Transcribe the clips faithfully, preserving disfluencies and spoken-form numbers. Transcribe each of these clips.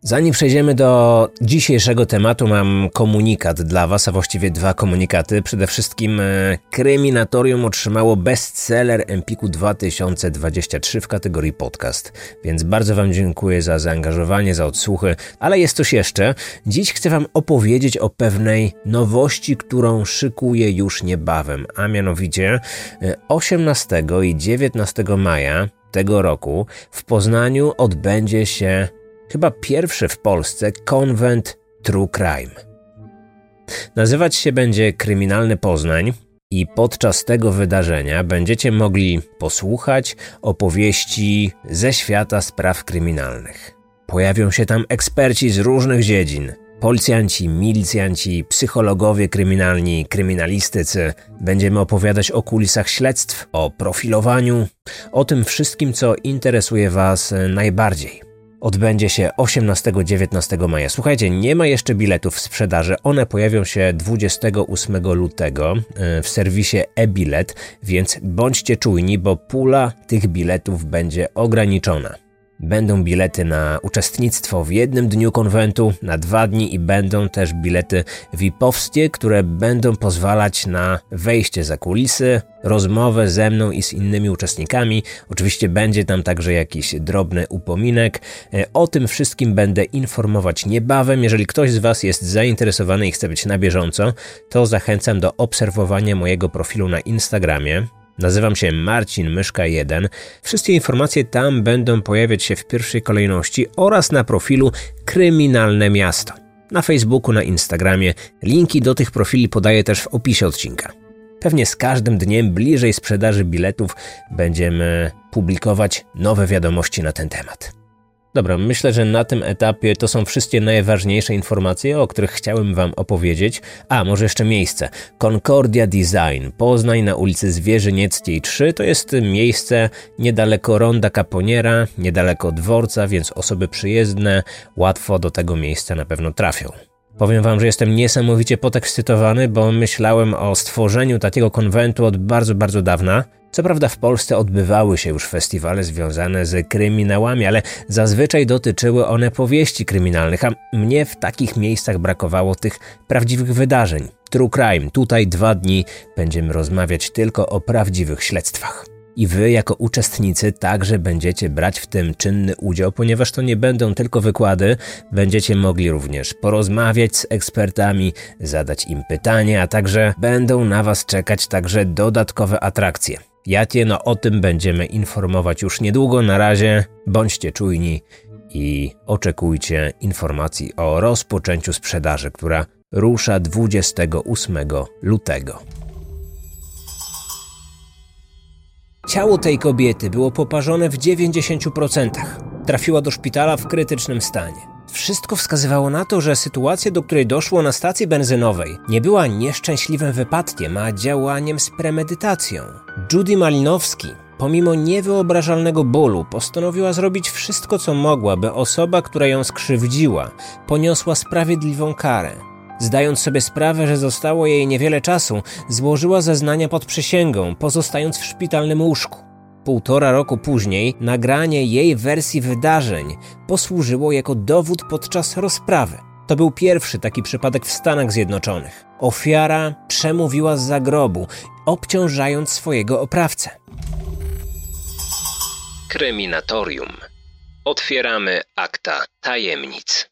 Zanim przejdziemy do dzisiejszego tematu, mam komunikat dla Was, a właściwie dwa komunikaty. Przede wszystkim Kryminatorium otrzymało bestseller Empiku dwa tysiące dwudziesty trzeci w kategorii podcast, więc bardzo Wam dziękuję za zaangażowanie, za odsłuchy, ale jest coś jeszcze. Dziś chcę Wam opowiedzieć o pewnej nowości, którą szykuję już niebawem, a mianowicie osiemnastego i dziewiętnastego maja tego roku w Poznaniu odbędzie się chyba pierwszy w Polsce konwent True Crime. Nazywać się będzie Kryminalny Poznań i podczas tego wydarzenia będziecie mogli posłuchać opowieści ze świata spraw kryminalnych. Pojawią się tam eksperci z różnych dziedzin. Policjanci, milicjanci, psychologowie kryminalni, kryminalistycy. Będziemy opowiadać o kulisach śledztw, o profilowaniu, o tym wszystkim, co interesuje Was najbardziej. Odbędzie się osiemnastego do dziewiętnastego maja. Słuchajcie, nie ma jeszcze biletów w sprzedaży. One pojawią się dwudziestego ósmego lutego w serwisie e-bilet, więc bądźcie czujni, bo pula tych biletów będzie ograniczona. Będą bilety na uczestnictwo w jednym dniu konwentu, na dwa dni i będą też bilety V I P-owskie, które będą pozwalać na wejście za kulisy, rozmowę ze mną i z innymi uczestnikami. Oczywiście będzie tam także jakiś drobny upominek. O tym wszystkim będę informować niebawem. Jeżeli ktoś z Was jest zainteresowany i chce być na bieżąco, to zachęcam do obserwowania mojego profilu na Instagramie. Nazywam się Marcin Myszka jeden. Wszystkie informacje tam będą pojawiać się w pierwszej kolejności oraz na profilu Kryminalne Miasto. Na Facebooku, na Instagramie. Linki do tych profili podaję też w opisie odcinka. Pewnie z każdym dniem bliżej sprzedaży biletów będziemy publikować nowe wiadomości na ten temat. Dobra, myślę, że na tym etapie to są wszystkie najważniejsze informacje, o których chciałem Wam opowiedzieć. A, może jeszcze miejsce. Concordia Design, Poznań na ulicy Zwierzynieckiej trzy. To jest miejsce niedaleko Ronda Caponiera, niedaleko dworca, więc osoby przyjezdne łatwo do tego miejsca na pewno trafią. Powiem Wam, że jestem niesamowicie podekscytowany, bo myślałem o stworzeniu takiego konwentu od bardzo, bardzo dawna. Co prawda w Polsce odbywały się już festiwale związane z kryminałami, ale zazwyczaj dotyczyły one powieści kryminalnych, a mnie w takich miejscach brakowało tych prawdziwych wydarzeń. True Crime, tutaj dwa dni będziemy rozmawiać tylko o prawdziwych śledztwach. I Wy jako uczestnicy także będziecie brać w tym czynny udział, ponieważ to nie będą tylko wykłady, będziecie mogli również porozmawiać z ekspertami, zadać im pytania, a także będą na Was czekać także dodatkowe atrakcje. Jakie? No o tym będziemy informować już niedługo. Na razie bądźcie czujni i oczekujcie informacji o rozpoczęciu sprzedaży, która rusza dwudziestego ósmego lutego. Ciało tej kobiety było poparzone w dziewięćdziesięciu procentach. Trafiła do szpitala w krytycznym stanie. Wszystko wskazywało na to, że sytuacja, do której doszło na stacji benzynowej, nie była nieszczęśliwym wypadkiem, a działaniem z premedytacją. Judy Malinowski, pomimo niewyobrażalnego bólu, postanowiła zrobić wszystko, co mogła, by osoba, która ją skrzywdziła, poniosła sprawiedliwą karę. Zdając sobie sprawę, że zostało jej niewiele czasu, złożyła zeznania pod przysięgą, pozostając w szpitalnym łóżku. Półtora roku później nagranie jej wersji wydarzeń posłużyło jako dowód podczas rozprawy. To był pierwszy taki przypadek w Stanach Zjednoczonych. Ofiara przemówiła z zagrobu, obciążając swojego oprawcę. Kryminatorium. Otwieramy akta tajemnic.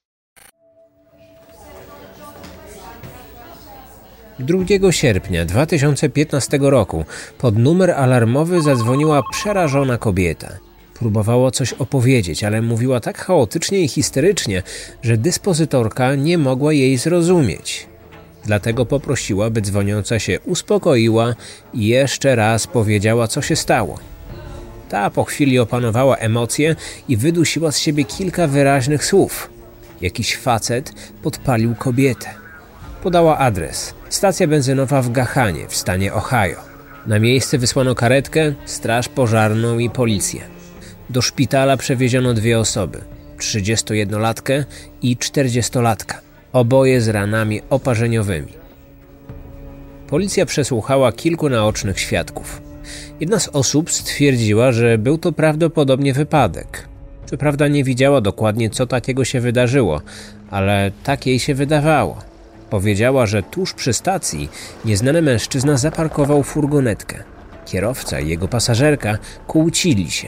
drugiego sierpnia dwa tysiące piętnastego roku pod numer alarmowy zadzwoniła przerażona kobieta. Próbowała coś opowiedzieć, ale mówiła tak chaotycznie i histerycznie, że dyspozytorka nie mogła jej zrozumieć. Dlatego poprosiła, by dzwoniąca się uspokoiła i jeszcze raz powiedziała, co się stało. Ta po chwili opanowała emocje i wydusiła z siebie kilka wyraźnych słów. Jakiś facet podpalił kobietę. Podała adres. Stacja benzynowa w Gahanie w stanie Ohio. Na miejsce wysłano karetkę, straż pożarną i policję. Do szpitala przewieziono dwie osoby. trzydziestojednolatkę i czterdziestolatka. Oboje z ranami oparzeniowymi. Policja przesłuchała kilku naocznych świadków. Jedna z osób stwierdziła, że był to prawdopodobnie wypadek. Co prawda nie widziała dokładnie, co takiego się wydarzyło, ale tak jej się wydawało. Powiedziała, że tuż przy stacji nieznany mężczyzna zaparkował furgonetkę. Kierowca i jego pasażerka kłócili się.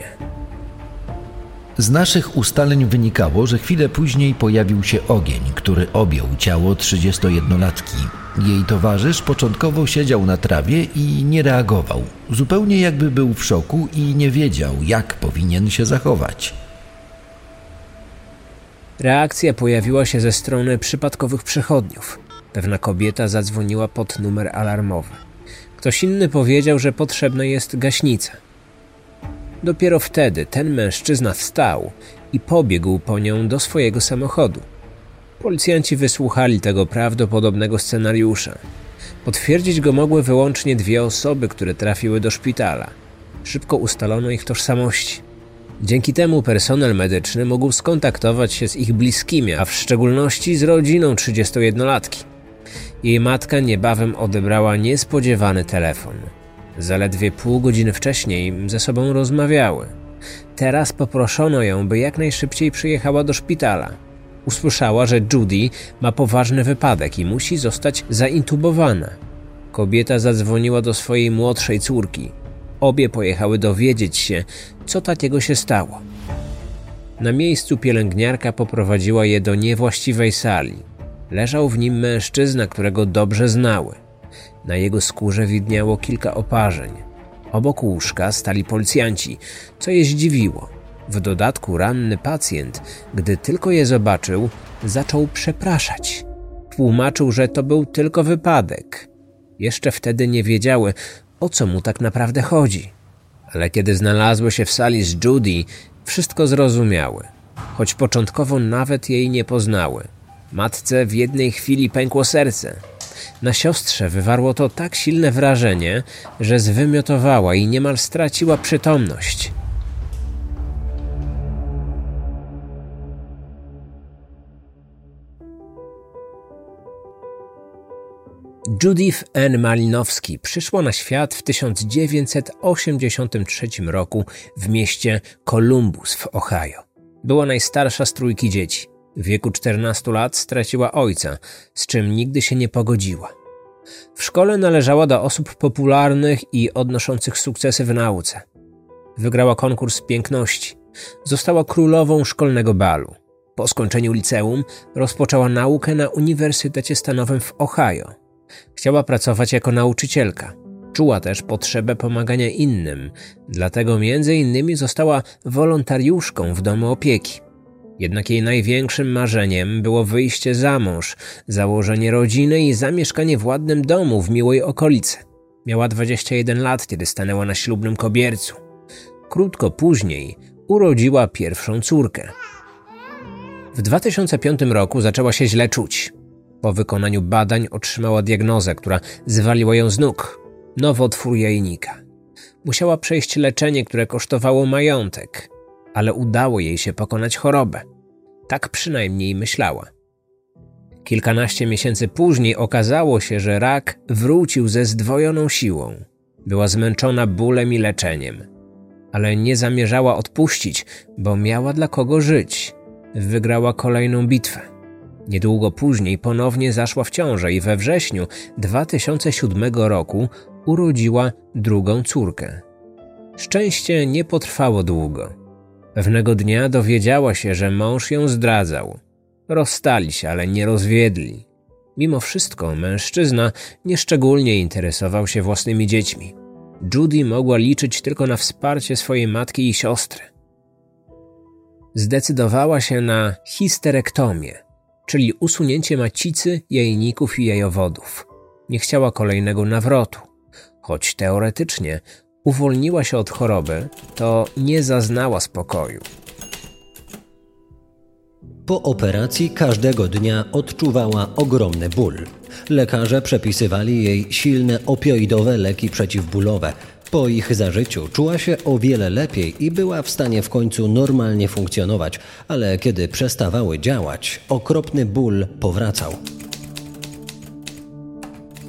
Z naszych ustaleń wynikało, że chwilę później pojawił się ogień, który objął ciało trzydziestojednolatki. Jej towarzysz początkowo siedział na trawie i nie reagował. Zupełnie jakby był w szoku i nie wiedział, jak powinien się zachować. Reakcja pojawiła się ze strony przypadkowych przechodniów. Pewna kobieta zadzwoniła pod numer alarmowy. Ktoś inny powiedział, że potrzebna jest gaśnica. Dopiero wtedy ten mężczyzna wstał i pobiegł po nią do swojego samochodu. Policjanci wysłuchali tego prawdopodobnego scenariusza. Potwierdzić go mogły wyłącznie dwie osoby, które trafiły do szpitala. Szybko ustalono ich tożsamości. Dzięki temu personel medyczny mógł skontaktować się z ich bliskimi, a w szczególności z rodziną trzydziestojednolatki. Jej matka niebawem odebrała niespodziewany telefon. Zaledwie pół godziny wcześniej ze sobą rozmawiały. Teraz poproszono ją, by jak najszybciej przyjechała do szpitala. Usłyszała, że Judy ma poważny wypadek i musi zostać zaintubowana. Kobieta zadzwoniła do swojej młodszej córki. Obie pojechały dowiedzieć się, co takiego się stało. Na miejscu pielęgniarka poprowadziła je do niewłaściwej sali. Leżał w nim mężczyzna, którego dobrze znały. Na jego skórze widniało kilka oparzeń. Obok łóżka stali policjanci, co je zdziwiło. W dodatku ranny pacjent, gdy tylko je zobaczył, zaczął przepraszać. Tłumaczył, że to był tylko wypadek. Jeszcze wtedy nie wiedziały, o co mu tak naprawdę chodzi. Ale kiedy znalazły się w sali z Judy, wszystko zrozumiały. Choć początkowo nawet jej nie poznały. Matce w jednej chwili pękło serce. Na siostrze wywarło to tak silne wrażenie, że zwymiotowała i niemal straciła przytomność. Judith Ann Malinowski przyszła na świat w tysiąc dziewięćset osiemdziesiątym trzecim roku w mieście Columbus w Ohio. Była najstarsza z trójki dzieci. W wieku czternastu lat straciła ojca, z czym nigdy się nie pogodziła. W szkole należała do osób popularnych i odnoszących sukcesy w nauce. Wygrała konkurs piękności. Została królową szkolnego balu. Po skończeniu liceum rozpoczęła naukę na Uniwersytecie Stanowym w Ohio. Chciała pracować jako nauczycielka. Czuła też potrzebę pomagania innym, dlatego między innymi została wolontariuszką w domu opieki. Jednak jej największym marzeniem było wyjście za mąż, założenie rodziny i zamieszkanie w ładnym domu w miłej okolicy. Miała dwadzieścia jeden lat, kiedy stanęła na ślubnym kobiercu. Krótko później urodziła pierwszą córkę. W dwa tysiące piątym roku zaczęła się źle czuć. Po wykonaniu badań otrzymała diagnozę, która zwaliła ją z nóg. Nowotwór jajnika. Musiała przejść leczenie, które kosztowało majątek, ale udało jej się pokonać chorobę. Tak przynajmniej myślała. Kilkanaście miesięcy później okazało się, że rak wrócił ze zdwojoną siłą. Była zmęczona bólem i leczeniem. Ale nie zamierzała odpuścić, bo miała dla kogo żyć. Wygrała kolejną bitwę. Niedługo później ponownie zaszła w ciążę i we wrześniu dwa tysiące siódmego roku urodziła drugą córkę. Szczęście nie potrwało długo. Pewnego dnia dowiedziała się, że mąż ją zdradzał. Rozstali się, ale nie rozwiedli. Mimo wszystko mężczyzna nieszczególnie interesował się własnymi dziećmi. Judy mogła liczyć tylko na wsparcie swojej matki i siostry. Zdecydowała się na histerektomię, czyli usunięcie macicy, jajników i jajowodów. Nie chciała kolejnego nawrotu. Choć teoretycznie uwolniła się od choroby, to nie zaznała spokoju. Po operacji każdego dnia odczuwała ogromny ból. Lekarze przepisywali jej silne opioidowe leki przeciwbólowe. Po ich zażyciu czuła się o wiele lepiej i była w stanie w końcu normalnie funkcjonować, ale kiedy przestawały działać, okropny ból powracał.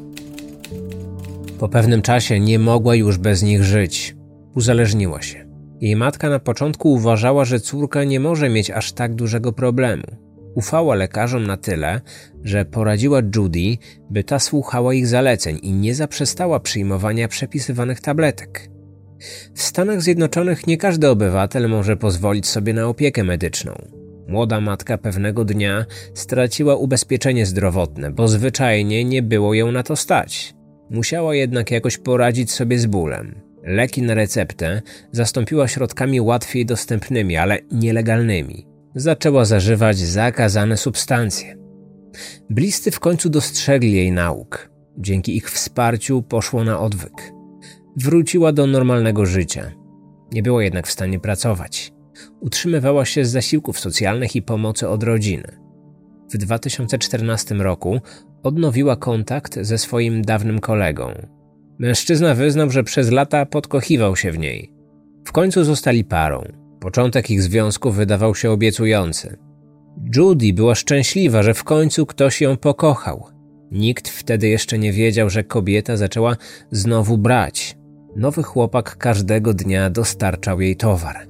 Po pewnym czasie nie mogła już bez nich żyć. Uzależniła się. Jej matka na początku uważała, że córka nie może mieć aż tak dużego problemu. Ufała lekarzom na tyle, że poradziła Judy, by ta słuchała ich zaleceń i nie zaprzestała przyjmowania przepisywanych tabletek. W Stanach Zjednoczonych nie każdy obywatel może pozwolić sobie na opiekę medyczną. Młoda matka pewnego dnia straciła ubezpieczenie zdrowotne, bo zwyczajnie nie było ją na to stać. Musiała jednak jakoś poradzić sobie z bólem. Leki na receptę zastąpiła środkami łatwiej dostępnymi, ale nielegalnymi. Zaczęła zażywać zakazane substancje. Bliscy w końcu dostrzegli jej nauk. Dzięki ich wsparciu poszło na odwyk. Wróciła do normalnego życia. Nie była jednak w stanie pracować. Utrzymywała się z zasiłków socjalnych i pomocy od rodziny. W dwa tysiące czternastym roku odnowiła kontakt ze swoim dawnym kolegą. Mężczyzna wyznał, że przez lata podkochiwał się w niej. W końcu zostali parą. Początek ich związku wydawał się obiecujący. Judy była szczęśliwa, że w końcu ktoś ją pokochał. Nikt wtedy jeszcze nie wiedział, że kobieta zaczęła znowu brać. Nowy chłopak każdego dnia dostarczał jej towar.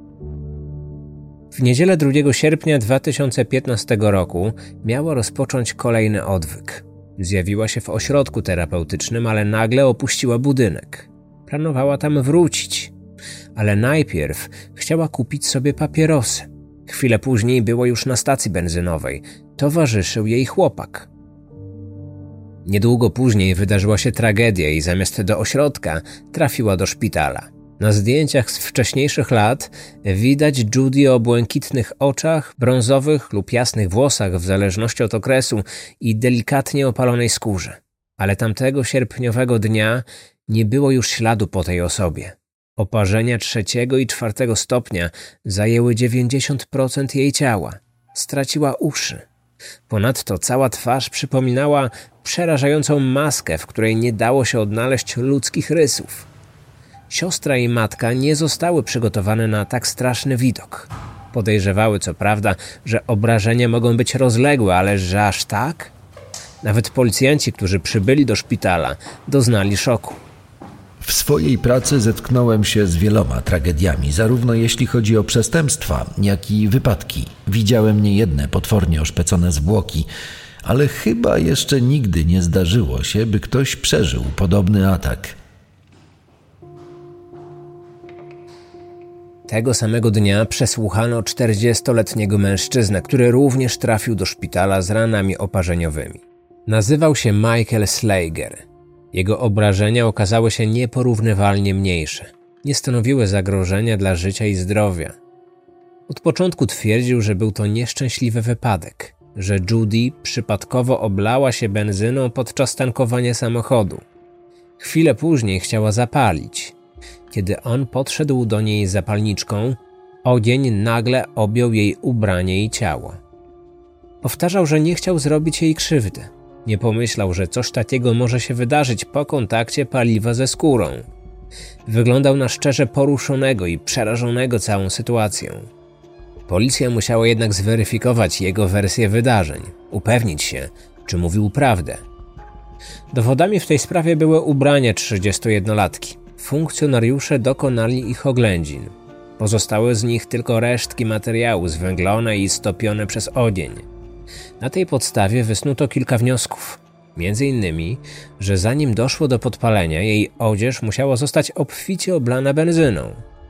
W niedzielę drugiego sierpnia dwa tysiące piętnastego roku miała rozpocząć kolejny odwyk. Zjawiła się w ośrodku terapeutycznym, ale nagle opuściła budynek. Planowała tam wrócić, ale najpierw chciała kupić sobie papierosy. Chwilę później była już na stacji benzynowej. Towarzyszył jej chłopak. Niedługo później wydarzyła się tragedia i zamiast do ośrodka trafiła do szpitala. Na zdjęciach z wcześniejszych lat widać Judy o błękitnych oczach, brązowych lub jasnych włosach w zależności od okresu i delikatnie opalonej skórze. Ale tamtego sierpniowego dnia nie było już śladu po tej osobie. Oparzenia trzeciego i czwartego stopnia zajęły dziewięćdziesiąt procent jej ciała. Straciła uszy. Ponadto cała twarz przypominała przerażającą maskę, w której nie dało się odnaleźć ludzkich rysów. Siostra i matka nie zostały przygotowane na tak straszny widok. Podejrzewały co prawda, że obrażenia mogą być rozległe, ale że aż tak? Nawet policjanci, którzy przybyli do szpitala, doznali szoku. W swojej pracy zetknąłem się z wieloma tragediami, zarówno jeśli chodzi o przestępstwa, jak i wypadki. Widziałem niejedne potwornie oszpecone zwłoki, ale chyba jeszcze nigdy nie zdarzyło się, by ktoś przeżył podobny atak. Tego samego dnia przesłuchano czterdziestoletniego mężczyznę, który również trafił do szpitala z ranami oparzeniowymi. Nazywał się Michael Slager. Jego obrażenia okazały się nieporównywalnie mniejsze. Nie stanowiły zagrożenia dla życia i zdrowia. Od początku twierdził, że był to nieszczęśliwy wypadek, że Judy przypadkowo oblała się benzyną podczas tankowania samochodu. Chwilę później chciała zapalić. Kiedy on podszedł do niej z zapalniczką, ogień nagle objął jej ubranie i ciało. Powtarzał, że nie chciał zrobić jej krzywdy. Nie pomyślał, że coś takiego może się wydarzyć po kontakcie paliwa ze skórą. Wyglądał na szczerze poruszonego i przerażonego całą sytuacją. Policja musiała jednak zweryfikować jego wersję wydarzeń, upewnić się, czy mówił prawdę. Dowodami w tej sprawie były ubrania trzydziestojednolatki. Funkcjonariusze dokonali ich oględzin. Pozostały z nich tylko resztki materiału zwęglone i stopione przez ogień. Na tej podstawie wysnuto kilka wniosków. Między innymi, że zanim doszło do podpalenia, jej odzież musiała zostać obficie oblana benzyną.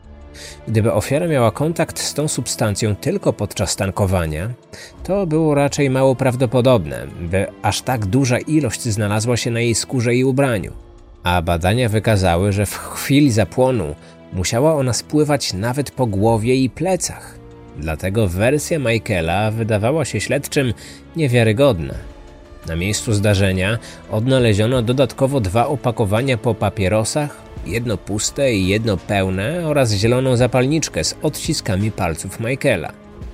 Gdyby ofiara miała kontakt z tą substancją tylko podczas tankowania, to było raczej mało prawdopodobne, by aż tak duża ilość znalazła się na jej skórze i ubraniu. A badania wykazały, że w chwili zapłonu musiała ona spływać nawet po głowie i plecach. Dlatego wersja Michaela wydawała się śledczym niewiarygodna. Na miejscu zdarzenia odnaleziono dodatkowo dwa opakowania po papierosach, jedno puste i jedno pełne oraz zieloną zapalniczkę z odciskami palców Michaela.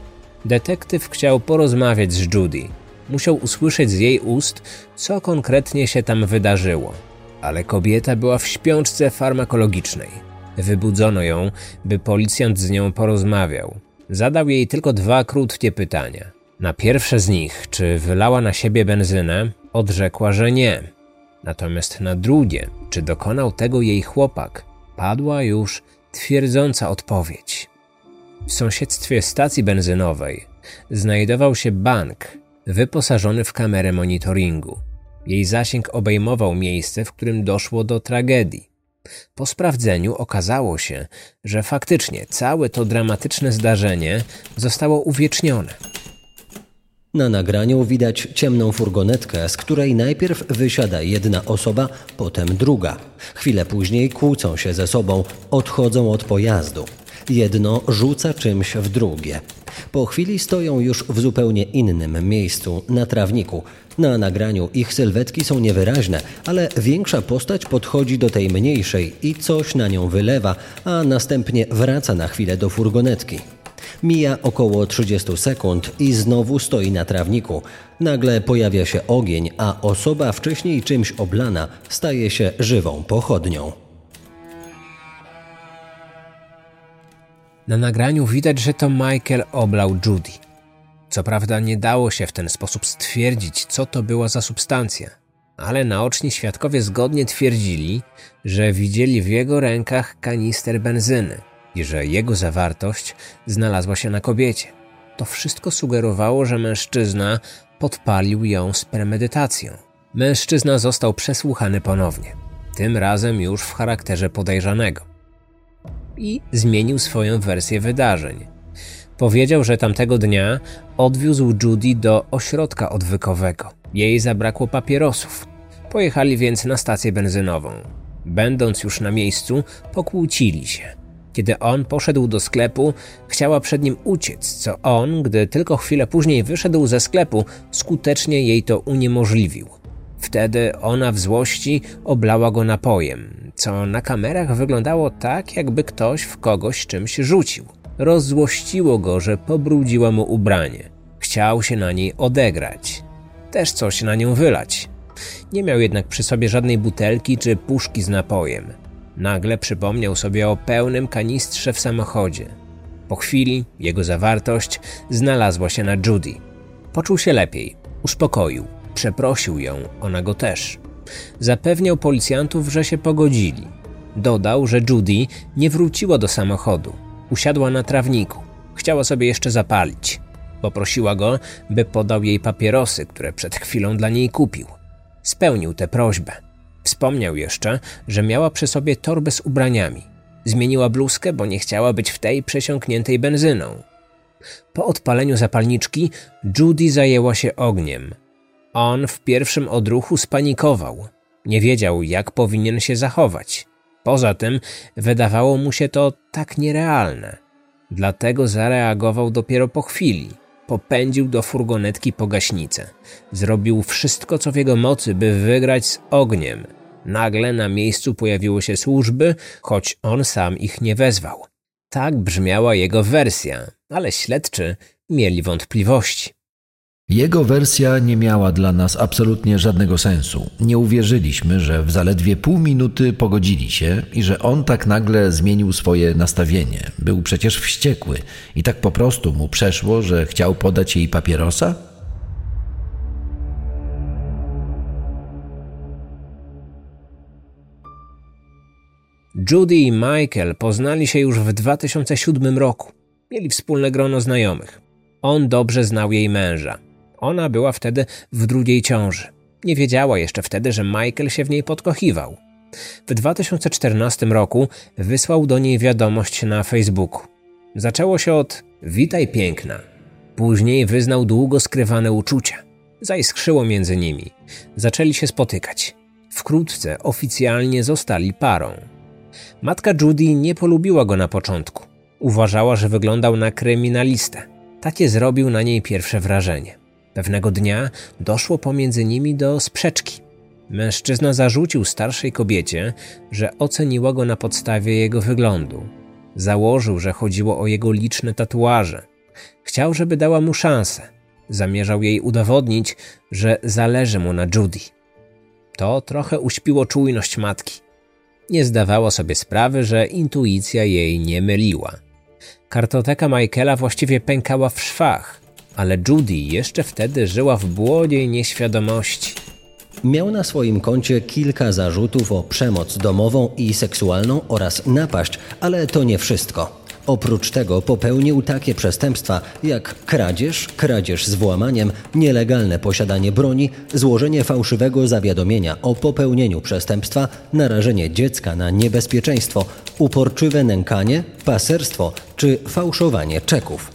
Detektyw chciał porozmawiać z Judy. Musiał usłyszeć z jej ust, co konkretnie się tam wydarzyło. Ale kobieta była w śpiączce farmakologicznej. Wybudzono ją, by policjant z nią porozmawiał. Zadał jej tylko dwa krótkie pytania. Na pierwsze z nich, czy wylała na siebie benzynę, odrzekła, że nie. Natomiast na drugie, czy dokonał tego jej chłopak, padła już twierdząca odpowiedź. W sąsiedztwie stacji benzynowej znajdował się bank wyposażony w kamerę monitoringu. Jej zasięg obejmował miejsce, w którym doszło do tragedii. Po sprawdzeniu okazało się, że faktycznie całe to dramatyczne zdarzenie zostało uwiecznione. Na nagraniu widać ciemną furgonetkę, z której najpierw wysiada jedna osoba, potem druga. Chwilę później kłócą się ze sobą, odchodzą od pojazdu. Jedno rzuca czymś w drugie. Po chwili stoją już w zupełnie innym miejscu, na trawniku. Na nagraniu ich sylwetki są niewyraźne, ale większa postać podchodzi do tej mniejszej i coś na nią wylewa, a następnie wraca na chwilę do furgonetki. Mija około trzydzieści sekund i znowu stoi na trawniku. Nagle pojawia się ogień, a osoba wcześniej czymś oblana staje się żywą pochodnią. Na nagraniu widać, że to Michael oblał Judy. Co prawda nie dało się w ten sposób stwierdzić, co to była za substancja, ale naoczni świadkowie zgodnie twierdzili, że widzieli w jego rękach kanister benzyny i że jego zawartość znalazła się na kobiecie. To wszystko sugerowało, że mężczyzna podpalił ją z premedytacją. Mężczyzna został przesłuchany ponownie, tym razem już w charakterze podejrzanego. I zmienił swoją wersję wydarzeń. Powiedział, że tamtego dnia odwiózł Judy do ośrodka odwykowego. Jej zabrakło papierosów. Pojechali więc na stację benzynową. Będąc już na miejscu, pokłócili się. Kiedy on poszedł do sklepu, chciała przed nim uciec, co on, gdy tylko chwilę później wyszedł ze sklepu, skutecznie jej to uniemożliwił. Wtedy ona w złości oblała go napojem, co na kamerach wyglądało tak, jakby ktoś w kogoś czymś rzucił. Rozzłościło go, że pobrudziła mu ubranie. Chciał się na niej odegrać. Też coś na nią wylać. Nie miał jednak przy sobie żadnej butelki czy puszki z napojem. Nagle przypomniał sobie o pełnym kanistrze w samochodzie. Po chwili jego zawartość znalazła się na Judy. Poczuł się lepiej, uspokoił, przeprosił ją, ona go też. Zapewniał policjantów, że się pogodzili. Dodał, że Judy nie wróciła do samochodu. Usiadła na trawniku. Chciała sobie jeszcze zapalić. Poprosiła go, by podał jej papierosy, które przed chwilą dla niej kupił. Spełnił tę prośbę. Wspomniał jeszcze, że miała przy sobie torbę z ubraniami. Zmieniła bluzkę, bo nie chciała być w tej przesiąkniętej benzyną. Po odpaleniu zapalniczki Judy zajęła się ogniem. On w pierwszym odruchu spanikował. Nie wiedział, jak powinien się zachować. Poza tym wydawało mu się to tak nierealne. Dlatego zareagował dopiero po chwili. Popędził do furgonetki po gaśnicę. Zrobił wszystko, co w jego mocy, by wygrać z ogniem. Nagle na miejscu pojawiły się służby, choć on sam ich nie wezwał. Tak brzmiała jego wersja, ale śledczy mieli wątpliwości. Jego wersja nie miała dla nas absolutnie żadnego sensu. Nie uwierzyliśmy, że w zaledwie pół minuty pogodzili się i że on tak nagle zmienił swoje nastawienie. Był przecież wściekły i tak po prostu mu przeszło, że chciał podać jej papierosa? Judy i Michael poznali się już w dwa tysiące siódmym roku. Mieli wspólne grono znajomych. On dobrze znał jej męża. Ona była wtedy w drugiej ciąży. Nie wiedziała jeszcze wtedy, że Michael się w niej podkochiwał. W dwa tysiące czternastym roku wysłał do niej wiadomość na Facebooku. Zaczęło się od „Witaj piękna”. Później wyznał długo skrywane uczucia. Zaiskrzyło między nimi. Zaczęli się spotykać. Wkrótce oficjalnie zostali parą. Matka Judy nie polubiła go na początku. Uważała, że wyglądał na kryminalistę. Takie zrobił na niej pierwsze wrażenie. Pewnego dnia doszło pomiędzy nimi do sprzeczki. Mężczyzna zarzucił starszej kobiecie, że oceniła go na podstawie jego wyglądu. Założył, że chodziło o jego liczne tatuaże. Chciał, żeby dała mu szansę. Zamierzał jej udowodnić, że zależy mu na Judy. To trochę uśpiło czujność matki. Nie zdawała sobie sprawy, że intuicja jej nie myliła. Kartoteka Michaela właściwie pękała w szwach, ale Judy jeszcze wtedy żyła w błogiej nieświadomości. Miał na swoim koncie kilka zarzutów o przemoc domową i seksualną oraz napaść, ale to nie wszystko. Oprócz tego popełnił takie przestępstwa jak kradzież, kradzież z włamaniem, nielegalne posiadanie broni, złożenie fałszywego zawiadomienia o popełnieniu przestępstwa, narażenie dziecka na niebezpieczeństwo, uporczywe nękanie, paserstwo czy fałszowanie czeków.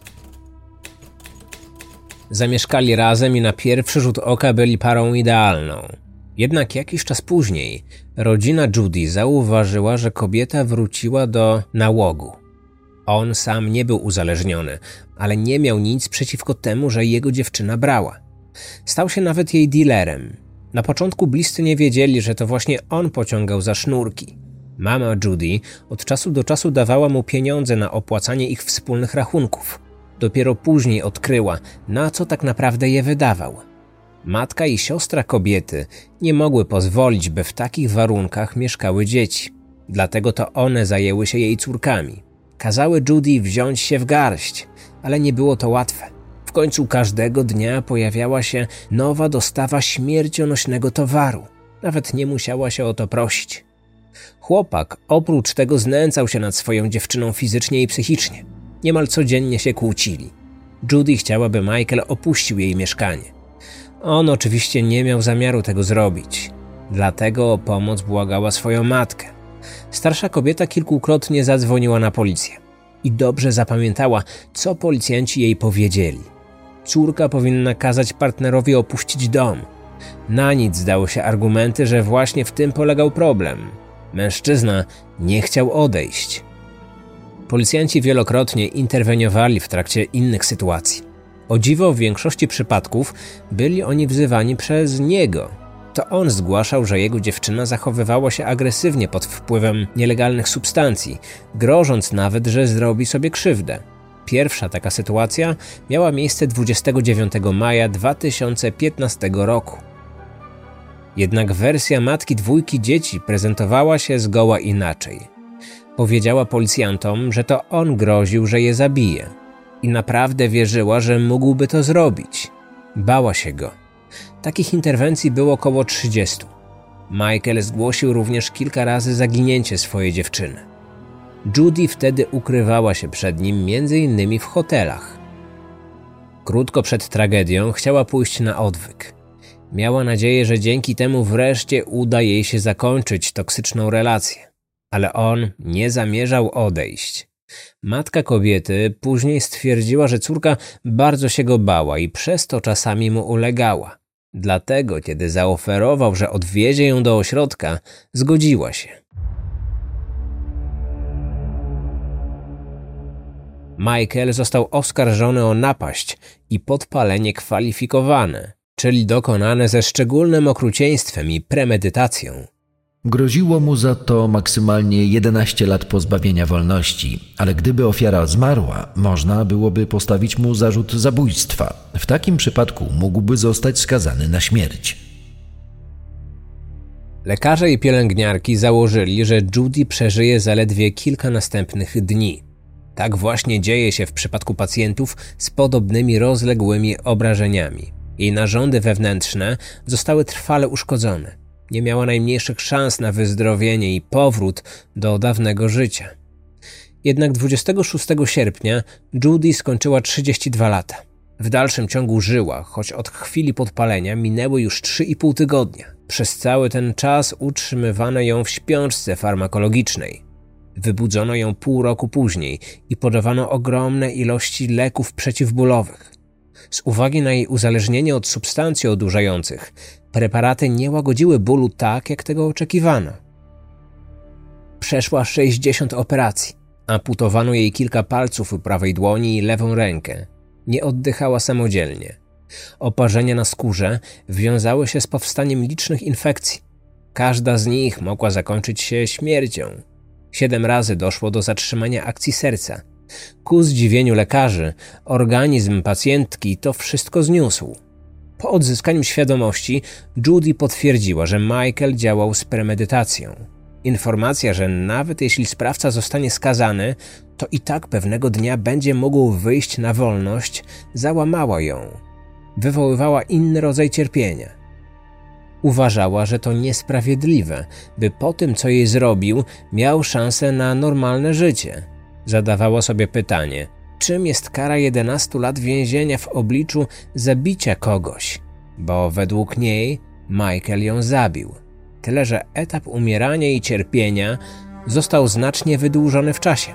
Zamieszkali razem i na pierwszy rzut oka byli parą idealną. Jednak jakiś czas później rodzina Judy zauważyła, że kobieta wróciła do nałogu. On sam nie był uzależniony, ale nie miał nic przeciwko temu, że jego dziewczyna brała. Stał się nawet jej dealerem. Na początku bliscy nie wiedzieli, że to właśnie on pociągał za sznurki. Mama Judy od czasu do czasu dawała mu pieniądze na opłacanie ich wspólnych rachunków. Dopiero później odkryła, na co tak naprawdę je wydawał. Matka i siostra kobiety nie mogły pozwolić, by w takich warunkach mieszkały dzieci. Dlatego to one zajęły się jej córkami. Kazały Judy wziąć się w garść, ale nie było to łatwe. W końcu każdego dnia pojawiała się nowa dostawa śmiercionośnego towaru. Nawet nie musiała się o to prosić. Chłopak oprócz tego znęcał się nad swoją dziewczyną fizycznie i psychicznie. Niemal codziennie się kłócili. Judy chciała, by Michael opuścił jej mieszkanie. On oczywiście nie miał zamiaru tego zrobić. Dlatego o pomoc błagała swoją matkę. Starsza kobieta kilkukrotnie zadzwoniła na policję i dobrze zapamiętała, co policjanci jej powiedzieli. Córka powinna kazać partnerowi opuścić dom. Na nic zdały się argumenty, że właśnie w tym polegał problem. Mężczyzna nie chciał odejść. Policjanci wielokrotnie interweniowali w trakcie innych sytuacji. O dziwo w większości przypadków byli oni wzywani przez niego. To on zgłaszał, że jego dziewczyna zachowywała się agresywnie pod wpływem nielegalnych substancji, grożąc nawet, że zrobi sobie krzywdę. Pierwsza taka sytuacja miała miejsce dwudziestego dziewiątego maja dwa tysiące piętnastego roku. Jednak wersja matki dwójki dzieci prezentowała się zgoła inaczej. Powiedziała policjantom, że to on groził, że je zabije. I naprawdę wierzyła, że mógłby to zrobić. Bała się go. Takich interwencji było około trzydziestu. Michael zgłosił również kilka razy zaginięcie swojej dziewczyny. Judy wtedy ukrywała się przed nim między innymi w hotelach. Krótko przed tragedią chciała pójść na odwyk. Miała nadzieję, że dzięki temu wreszcie uda jej się zakończyć toksyczną relację. Ale on nie zamierzał odejść. Matka kobiety później stwierdziła, że córka bardzo się go bała i przez to czasami mu ulegała. Dlatego, kiedy zaoferował, że odwiezie ją do ośrodka, zgodziła się. Michael został oskarżony o napaść i podpalenie kwalifikowane, czyli dokonane ze szczególnym okrucieństwem i premedytacją. Groziło mu za to maksymalnie jedenaście lat pozbawienia wolności, ale gdyby ofiara zmarła, można byłoby postawić mu zarzut zabójstwa. W takim przypadku mógłby zostać skazany na śmierć. Lekarze i pielęgniarki założyli, że Judy przeżyje zaledwie kilka następnych dni. Tak właśnie dzieje się w przypadku pacjentów z podobnymi rozległymi obrażeniami. Jej narządy wewnętrzne zostały trwale uszkodzone. Nie miała najmniejszych szans na wyzdrowienie i powrót do dawnego życia. Jednak dwudziestego szóstego sierpnia Judy skończyła trzydzieści dwa lata. W dalszym ciągu żyła, choć od chwili podpalenia minęły już trzy i pół tygodnia. Przez cały ten czas utrzymywano ją w śpiączce farmakologicznej. Wybudzono ją pół roku później i podawano ogromne ilości leków przeciwbólowych. Z uwagi na jej uzależnienie od substancji odurzających, preparaty nie łagodziły bólu tak, jak tego oczekiwano. Przeszła sześćdziesiąt operacji. Amputowano jej kilka palców u prawej dłoni i lewą rękę. Nie oddychała samodzielnie. Oparzenia na skórze wiązały się z powstaniem licznych infekcji. Każda z nich mogła zakończyć się śmiercią. Siedem razy doszło do zatrzymania akcji serca. Ku zdziwieniu lekarzy, organizm pacjentki to wszystko zniósł. Po odzyskaniu świadomości Judy potwierdziła, że Michael działał z premedytacją. Informacja, że nawet jeśli sprawca zostanie skazany, to i tak pewnego dnia będzie mógł wyjść na wolność, załamała ją. Wywoływała inny rodzaj cierpienia. Uważała, że to niesprawiedliwe, by po tym, co jej zrobił, miał szansę na normalne życie. Zadawała sobie pytanie, czym jest kara jedenastu lat więzienia w obliczu zabicia kogoś, bo według niej Michael ją zabił. Tyle, że etap umierania i cierpienia został znacznie wydłużony w czasie.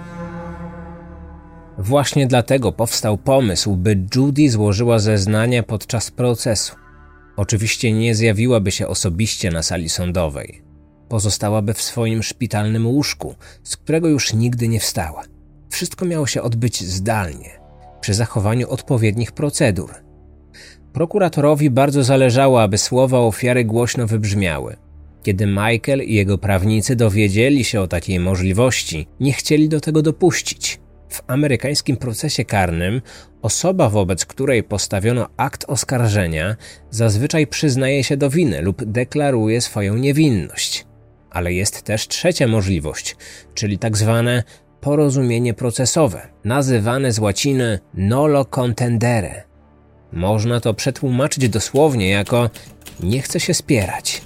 Właśnie dlatego powstał pomysł, by Judy złożyła zeznania podczas procesu. Oczywiście nie zjawiłaby się osobiście na sali sądowej. Pozostałaby w swoim szpitalnym łóżku, z którego już nigdy nie wstała. Wszystko miało się odbyć zdalnie, przy zachowaniu odpowiednich procedur. Prokuratorowi bardzo zależało, aby słowa ofiary głośno wybrzmiały. Kiedy Michael i jego prawnicy dowiedzieli się o takiej możliwości, nie chcieli do tego dopuścić. W amerykańskim procesie karnym osoba, wobec której postawiono akt oskarżenia, zazwyczaj przyznaje się do winy lub deklaruje swoją niewinność. Ale jest też trzecia możliwość, czyli tak zwane porozumienie procesowe, nazywane z łaciny nolo contendere. Można to przetłumaczyć dosłownie jako nie chce się spierać.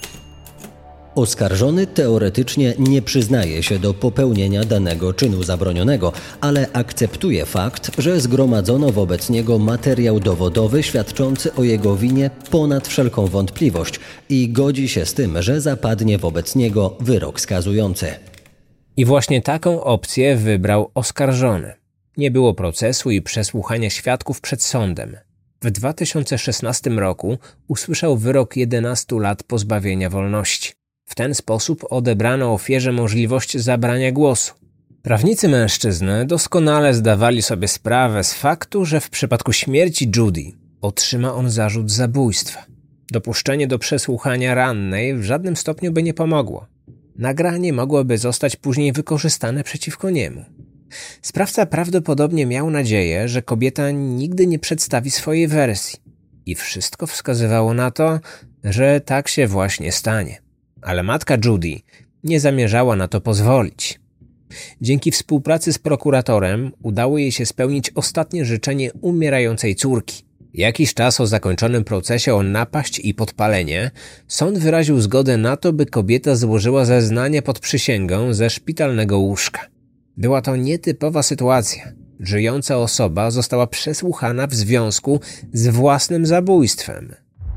Oskarżony teoretycznie nie przyznaje się do popełnienia danego czynu zabronionego, ale akceptuje fakt, że zgromadzono wobec niego materiał dowodowy świadczący o jego winie ponad wszelką wątpliwość i godzi się z tym, że zapadnie wobec niego wyrok skazujący. I właśnie taką opcję wybrał oskarżony. Nie było procesu i przesłuchania świadków przed sądem. W dwa tysiące szesnastym roku usłyszał wyrok jedenastu lat pozbawienia wolności. W ten sposób odebrano ofierze możliwość zabrania głosu. Prawnicy mężczyzny doskonale zdawali sobie sprawę z faktu, że w przypadku śmierci Judy otrzyma on zarzut zabójstwa. Dopuszczenie do przesłuchania rannej w żadnym stopniu by nie pomogło. Nagranie mogłoby zostać później wykorzystane przeciwko niemu. Sprawca prawdopodobnie miał nadzieję, że kobieta nigdy nie przedstawi swojej wersji. I wszystko wskazywało na to, że tak się właśnie stanie. Ale matka Judy nie zamierzała na to pozwolić. Dzięki współpracy z prokuratorem udało jej się spełnić ostatnie życzenie umierającej córki. Jakiś czas po zakończonym procesie o napaść i podpalenie sąd wyraził zgodę na to, by kobieta złożyła zeznanie pod przysięgą ze szpitalnego łóżka. Była to nietypowa sytuacja. Żyjąca osoba została przesłuchana w związku z własnym zabójstwem.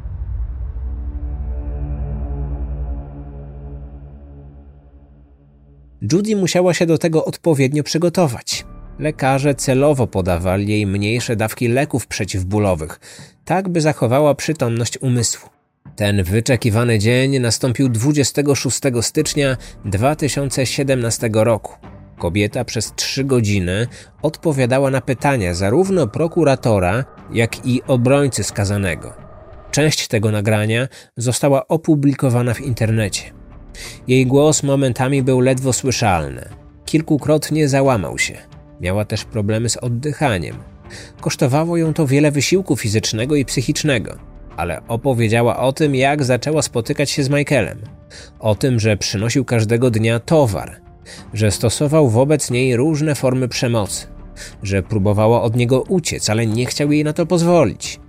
Judy musiała się do tego odpowiednio przygotować. Lekarze celowo podawali jej mniejsze dawki leków przeciwbólowych, tak by zachowała przytomność umysłu. Ten wyczekiwany dzień nastąpił dwudziestego szóstego stycznia dwa tysiące siedemnastego roku. Kobieta przez trzy godziny odpowiadała na pytania zarówno prokuratora, jak i obrońcy skazanego. Część tego nagrania została opublikowana w internecie. Jej głos momentami był ledwo słyszalny. Kilkukrotnie załamał się. Miała też problemy z oddychaniem. Kosztowało ją to wiele wysiłku fizycznego i psychicznego, ale opowiedziała o tym, jak zaczęła spotykać się z Michaelem. O tym, że przynosił każdego dnia towar, że stosował wobec niej różne formy przemocy, że próbowała od niego uciec, ale nie chciał jej na to pozwolić.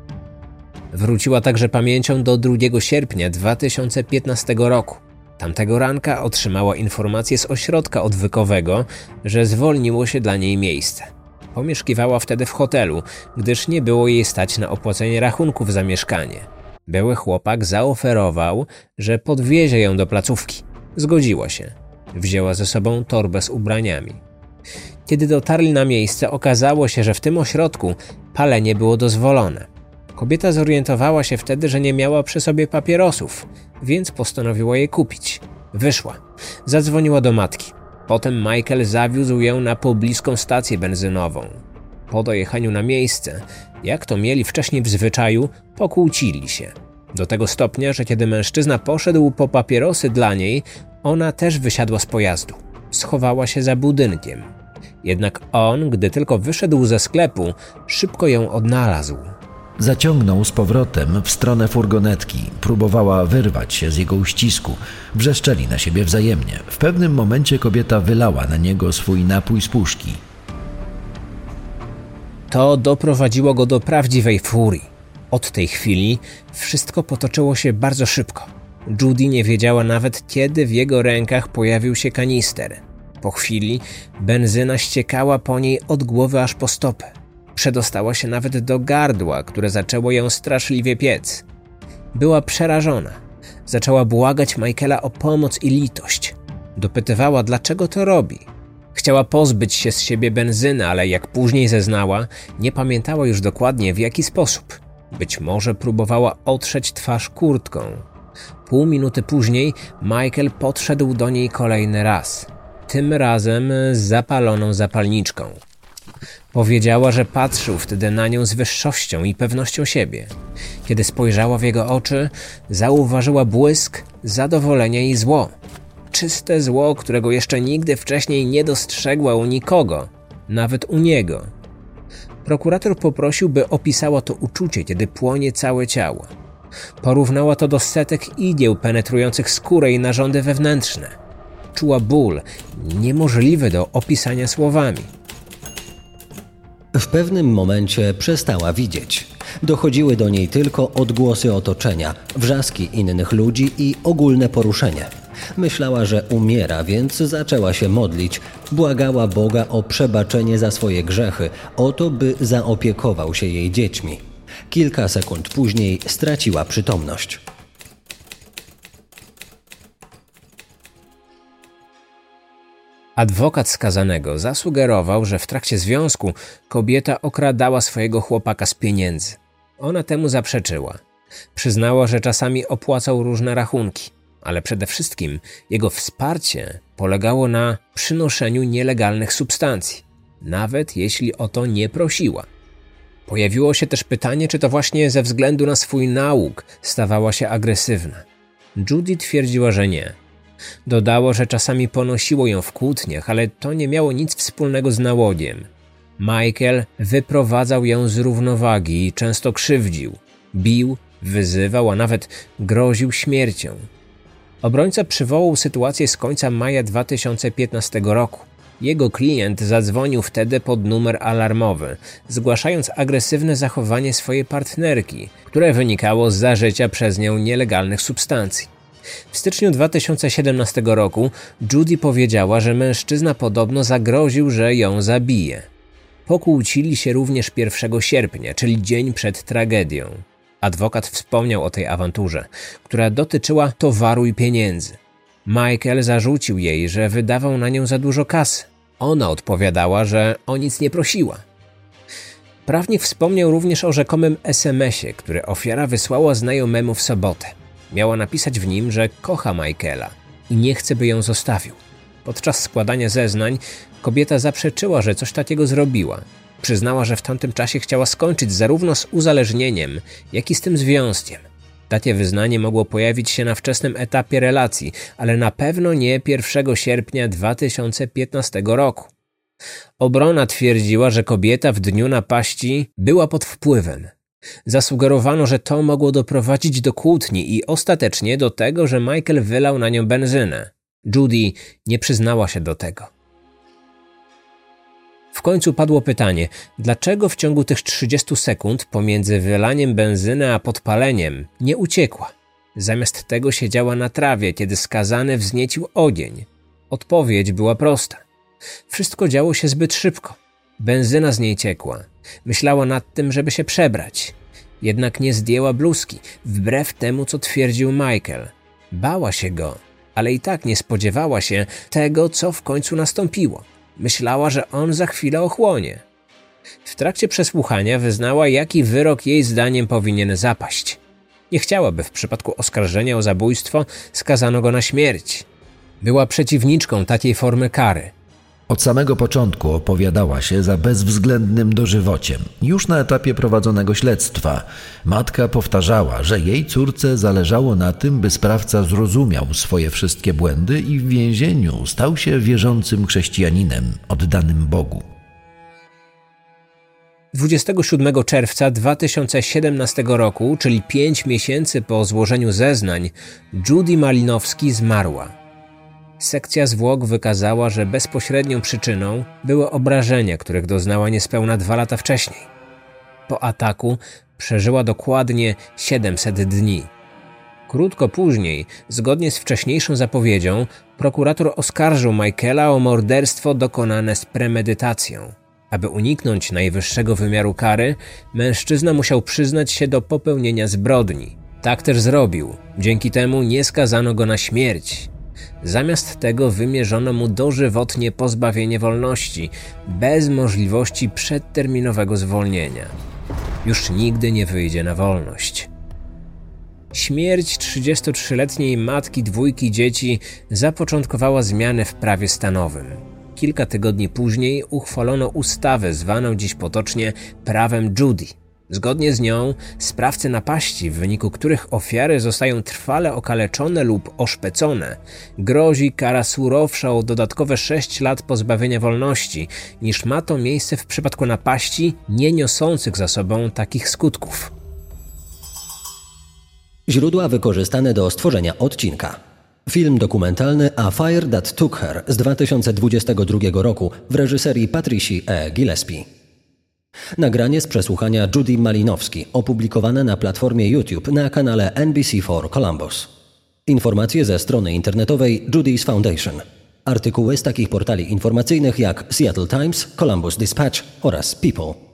Wróciła także pamięcią do drugiego sierpnia dwa tysiące piętnastego roku. Tamtego ranka otrzymała informację z ośrodka odwykowego, że zwolniło się dla niej miejsce. Pomieszkiwała wtedy w hotelu, gdyż nie było jej stać na opłacenie rachunków za mieszkanie. Były chłopak zaoferował, że podwiezie ją do placówki. Zgodziła się. Wzięła ze sobą torbę z ubraniami. Kiedy dotarli na miejsce, okazało się, że w tym ośrodku palenie było dozwolone. Kobieta zorientowała się wtedy, że nie miała przy sobie papierosów, więc postanowiła je kupić. Wyszła. Zadzwoniła do matki. Potem Michael zawiózł ją na pobliską stację benzynową. Po dojechaniu na miejsce, jak to mieli wcześniej w zwyczaju, pokłócili się. Do tego stopnia, że kiedy mężczyzna poszedł po papierosy dla niej, ona też wysiadła z pojazdu. Schowała się za budynkiem. Jednak on, gdy tylko wyszedł ze sklepu, szybko ją odnalazł. Zaciągnął z powrotem w stronę furgonetki. Próbowała wyrwać się z jego uścisku. Wrzeszczeli na siebie wzajemnie. W pewnym momencie kobieta wylała na niego swój napój z puszki. To doprowadziło go do prawdziwej furii. Od tej chwili wszystko potoczyło się bardzo szybko. Judy nie wiedziała nawet, kiedy w jego rękach pojawił się kanister. Po chwili benzyna ściekała po niej od głowy aż po stopy. Przedostała się nawet do gardła, które zaczęło ją straszliwie piec. Była przerażona. Zaczęła błagać Michaela o pomoc i litość. Dopytywała, dlaczego to robi. Chciała pozbyć się z siebie benzyny, ale jak później zeznała, nie pamiętała już dokładnie, w jaki sposób. Być może próbowała otrzeć twarz kurtką. Pół minuty później Michael podszedł do niej kolejny raz. Tym razem z zapaloną zapalniczką. Powiedziała, że patrzył wtedy na nią z wyższością i pewnością siebie. Kiedy spojrzała w jego oczy, zauważyła błysk, zadowolenie i zło. Czyste zło, którego jeszcze nigdy wcześniej nie dostrzegła u nikogo, nawet u niego. Prokurator poprosił, by opisała to uczucie, kiedy płonie całe ciało. Porównała to do setek igieł penetrujących skórę i narządy wewnętrzne. Czuła ból, niemożliwy do opisania słowami. W pewnym momencie przestała widzieć. Dochodziły do niej tylko odgłosy otoczenia, wrzaski innych ludzi i ogólne poruszenie. Myślała, że umiera, więc zaczęła się modlić. Błagała Boga o przebaczenie za swoje grzechy, o to, by zaopiekował się jej dziećmi. Kilka sekund później straciła przytomność. Adwokat skazanego zasugerował, że w trakcie związku kobieta okradała swojego chłopaka z pieniędzy. Ona temu zaprzeczyła. Przyznała, że czasami opłacał różne rachunki, ale przede wszystkim jego wsparcie polegało na przynoszeniu nielegalnych substancji, nawet jeśli o to nie prosiła. Pojawiło się też pytanie, czy to właśnie ze względu na swój nauk stawała się agresywna. Judy twierdziła, że nie. Dodała, że czasami ponosiło ją w kłótniach, ale to nie miało nic wspólnego z nałogiem. Michael wyprowadzał ją z równowagi i często krzywdził. Bił, wyzywał, a nawet groził śmiercią. Obrońca przywołał sytuację z końca maja dwa tysiące piętnastego roku. Jego klient zadzwonił wtedy pod numer alarmowy, zgłaszając agresywne zachowanie swojej partnerki, które wynikało z zażycia przez nią nielegalnych substancji. W styczniu dwa tysiące siedemnastego roku Judy powiedziała, że mężczyzna podobno zagroził, że ją zabije. Pokłócili się również pierwszego sierpnia, czyli dzień przed tragedią. Adwokat wspomniał o tej awanturze, która dotyczyła towaru i pieniędzy. Michael zarzucił jej, że wydawał na nią za dużo kasy. Ona odpowiadała, że o nic nie prosiła. Prawnik wspomniał również o rzekomym es em esie, który ofiara wysłała znajomemu w sobotę. Miała napisać w nim, że kocha Michaela i nie chce, by ją zostawił. Podczas składania zeznań kobieta zaprzeczyła, że coś takiego zrobiła. Przyznała, że w tamtym czasie chciała skończyć zarówno z uzależnieniem, jak i z tym związkiem. Takie wyznanie mogło pojawić się na wczesnym etapie relacji, ale na pewno nie pierwszego sierpnia dwa tysiące piętnastego roku. Obrona twierdziła, że kobieta w dniu napaści była pod wpływem. Zasugerowano, że to mogło doprowadzić do kłótni i ostatecznie do tego, że Michael wylał na nią benzynę. Judy nie przyznała się do tego. W końcu padło pytanie, dlaczego w ciągu tych trzydziestu sekund pomiędzy wylaniem benzyny a podpaleniem nie uciekła. Zamiast tego siedziała na trawie, kiedy skazany wzniecił ogień. Odpowiedź była prosta. Wszystko działo się zbyt szybko. Benzyna z niej ciekła. Myślała nad tym, żeby się przebrać. Jednak nie zdjęła bluzki, wbrew temu, co twierdził Michael. Bała się go, ale i tak nie spodziewała się tego, co w końcu nastąpiło. Myślała, że on za chwilę ochłonie. W trakcie przesłuchania wyznała, jaki wyrok jej zdaniem powinien zapaść. Nie chciałaby w przypadku oskarżenia o zabójstwo skazano go na śmierć. Była przeciwniczką takiej formy kary. Od samego początku opowiadała się za bezwzględnym dożywociem. Już na etapie prowadzonego śledztwa matka powtarzała, że jej córce zależało na tym, by sprawca zrozumiał swoje wszystkie błędy i w więzieniu stał się wierzącym chrześcijaninem oddanym Bogu. dwudziestego siódmego czerwca dwa tysiące siedemnastego roku, czyli pięć miesięcy po złożeniu zeznań, Judy Malinowski zmarła. Sekcja zwłok wykazała, że bezpośrednią przyczyną były obrażenia, których doznała niespełna dwa lata wcześniej. Po ataku Przeżyła dokładnie siedemset dni. Krótko później, zgodnie z wcześniejszą zapowiedzią, prokurator oskarżył Michaela o morderstwo dokonane z premedytacją. Aby uniknąć najwyższego wymiaru kary, mężczyzna musiał przyznać się do popełnienia zbrodni. Tak też zrobił. Dzięki temu nie skazano go na śmierć. Zamiast tego wymierzono mu dożywotnie pozbawienie wolności, bez możliwości przedterminowego zwolnienia. Już nigdy nie wyjdzie na wolność. Śmierć trzydziestotrzyletniej matki dwójki dzieci zapoczątkowała zmiany w prawie stanowym. Kilka tygodni później uchwalono ustawę zwaną dziś potocznie prawem Judy. Zgodnie z nią sprawcy napaści, w wyniku których ofiary zostają trwale okaleczone lub oszpecone, grozi kara surowsza o dodatkowe sześć lat pozbawienia wolności, niż ma to miejsce w przypadku napaści nie niosących za sobą takich skutków. Źródła wykorzystane do stworzenia odcinka. Film dokumentalny A Fire That Took Her z dwa tysiące dwudziestego drugiego roku w reżyserii Patricia E. Gillespie. Nagranie z przesłuchania Judy Malinowski opublikowane na platformie YouTube na kanale N B C cztery Columbus. Informacje ze strony internetowej Judy's Foundation. Artykuły z takich portali informacyjnych jak Seattle Times, Columbus Dispatch oraz People.